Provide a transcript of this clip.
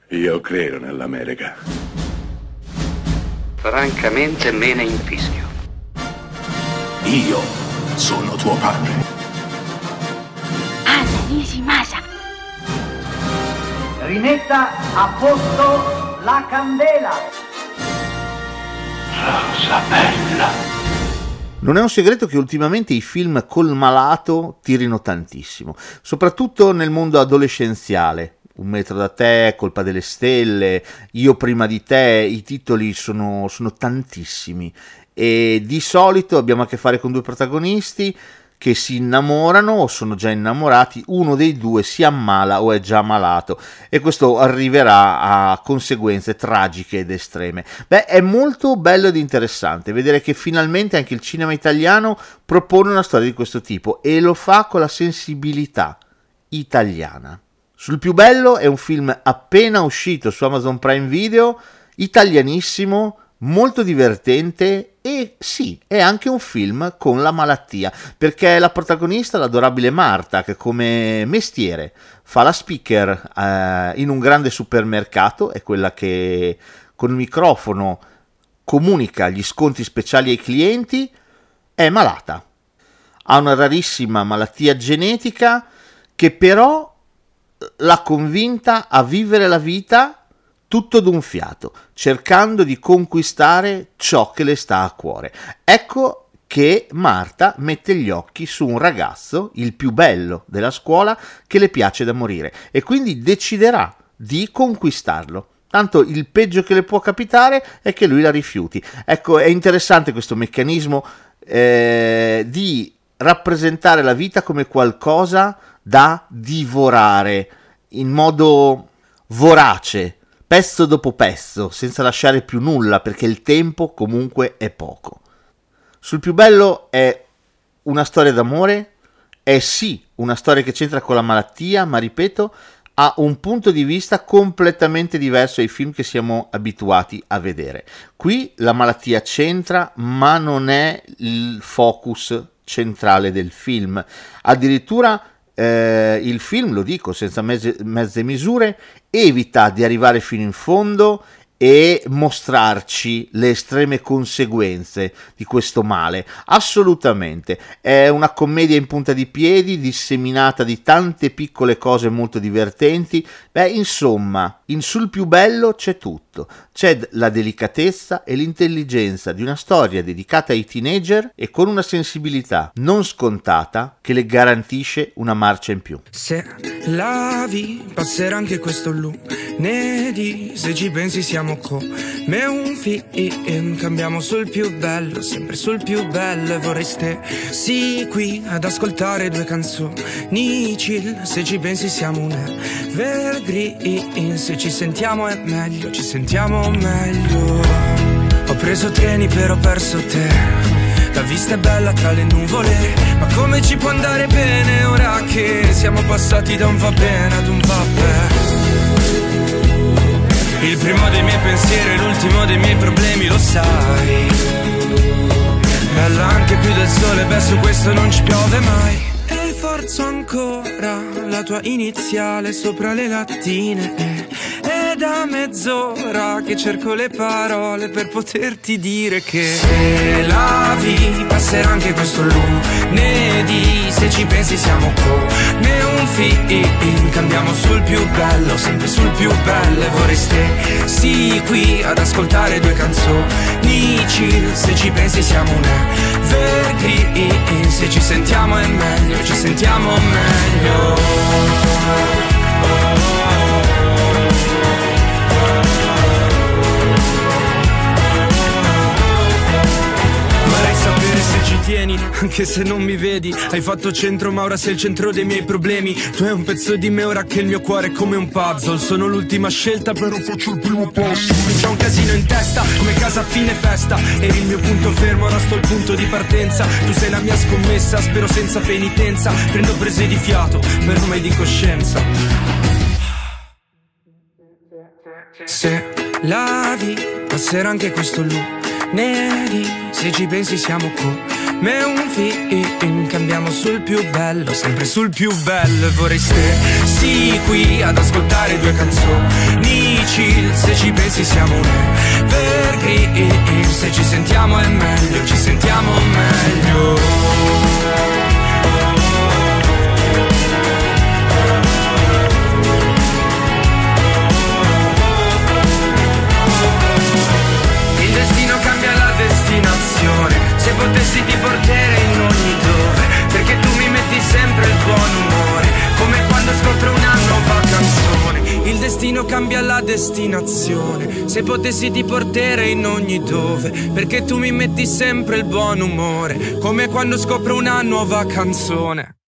Io credo nell'America. Francamente me ne infischio. Io sono tuo padre. Anna Nishimasa. Rimetta a posto la candela. Rosa bella. Non è un segreto che ultimamente i film col malato tirino tantissimo, soprattutto nel mondo adolescenziale. Un metro da te, Colpa delle stelle, Io prima di te, i titoli sono tantissimi e di solito abbiamo a che fare con due protagonisti che si innamorano o sono già innamorati, uno dei due si ammala o è già malato e questo arriverà a conseguenze tragiche ed estreme. Beh, è molto bello ed interessante vedere che finalmente anche il cinema italiano propone una storia di questo tipo e lo fa con la sensibilità italiana. Sul più bello è un film appena uscito su Amazon Prime Video, italianissimo, molto divertente e sì, è anche un film con la malattia, perché la protagonista è l'adorabile Marta, che come mestiere fa la speaker in un grande supermercato, è quella che con il microfono comunica gli sconti speciali ai clienti, è malata. Ha una rarissima malattia genetica che però l'ha convinta a vivere la vita tutto d'un fiato, cercando di conquistare ciò che le sta a cuore. Ecco che Marta mette gli occhi su un ragazzo, il più bello della scuola, che le piace da morire e quindi deciderà di conquistarlo. Tanto il peggio che le può capitare è che lui la rifiuti. Ecco, è interessante questo meccanismo di rappresentare la vita come qualcosa da divorare in modo vorace, pezzo dopo pezzo, senza lasciare più nulla, perché il tempo comunque è poco. Sul più bello è una storia d'amore, è sì una storia che c'entra con la malattia, ma ripeto, ha un punto di vista completamente diverso ai film che siamo abituati a vedere. Qui la malattia c'entra, ma non è il focus centrale del film. Addirittura il film, lo dico senza mezze misure, evita di arrivare fino in fondo e mostrarci le estreme conseguenze di questo male. Assolutamente, è una commedia in punta di piedi, disseminata di tante piccole cose molto divertenti. Beh, insomma, in Sul più bello c'è tutto. C'è la delicatezza e l'intelligenza di una storia dedicata ai teenager e con una sensibilità non scontata che le garantisce una marcia in più. Se lavi passerà anche questo lunedì, se ci pensi siamo come un film, cambiamo sul più bello, sempre sul più bello e vorreste sì qui ad ascoltare due canzoni chill, se ci pensi siamo un evergreen, se ci sentiamo è meglio, ci sentiamo meglio. Ho preso treni però ho perso te, la vista è bella tra le nuvole, ma come ci può andare bene ora che siamo passati da un va bene ad un vabbè. Il primo dei miei pensieri e l'ultimo dei miei problemi, lo sai. Bella anche più del sole, beh su questo non ci piove mai. E forzo ancora la tua iniziale sopra le lattine. È da mezz'ora che cerco le parole per poterti dire che se lavi passerà anche questo lunedì, se ci pensi siamo come un film, cambiamo sul più bello, sempre sul più bello e vorreste sì qui ad ascoltare due canzoni chill, se ci pensi siamo un evergreen, se ci sentiamo è meglio, ci sentiamo meglio. Se ci tieni, anche se non mi vedi, hai fatto centro ma ora sei il centro dei miei problemi. Tu hai un pezzo di me ora che il mio cuore è come un puzzle. Sono l'ultima scelta però faccio il primo passo. C'è un casino in testa come casa a fine festa. Eri il mio punto fermo, ora sto al punto di partenza. Tu sei la mia scommessa, spero senza penitenza. Prendo prese di fiato, però mai di coscienza. Se lavi passerà anche questo lunedì, se ci pensi siamo come un film, cambiamo sul più bello, sempre sul più bello e vorreste sì qui ad ascoltare due canzoni se ci pensi siamo un evergreen. Se ci sentiamo è meglio, ci sentiamo meglio. Se potessi ti porterei in ogni dove, perché tu mi metti sempre il buon umore, come quando scopro una nuova canzone. Il destino cambia la destinazione. Se potessi ti porterei in ogni dove, perché tu mi metti sempre il buon umore, come quando scopro una nuova canzone.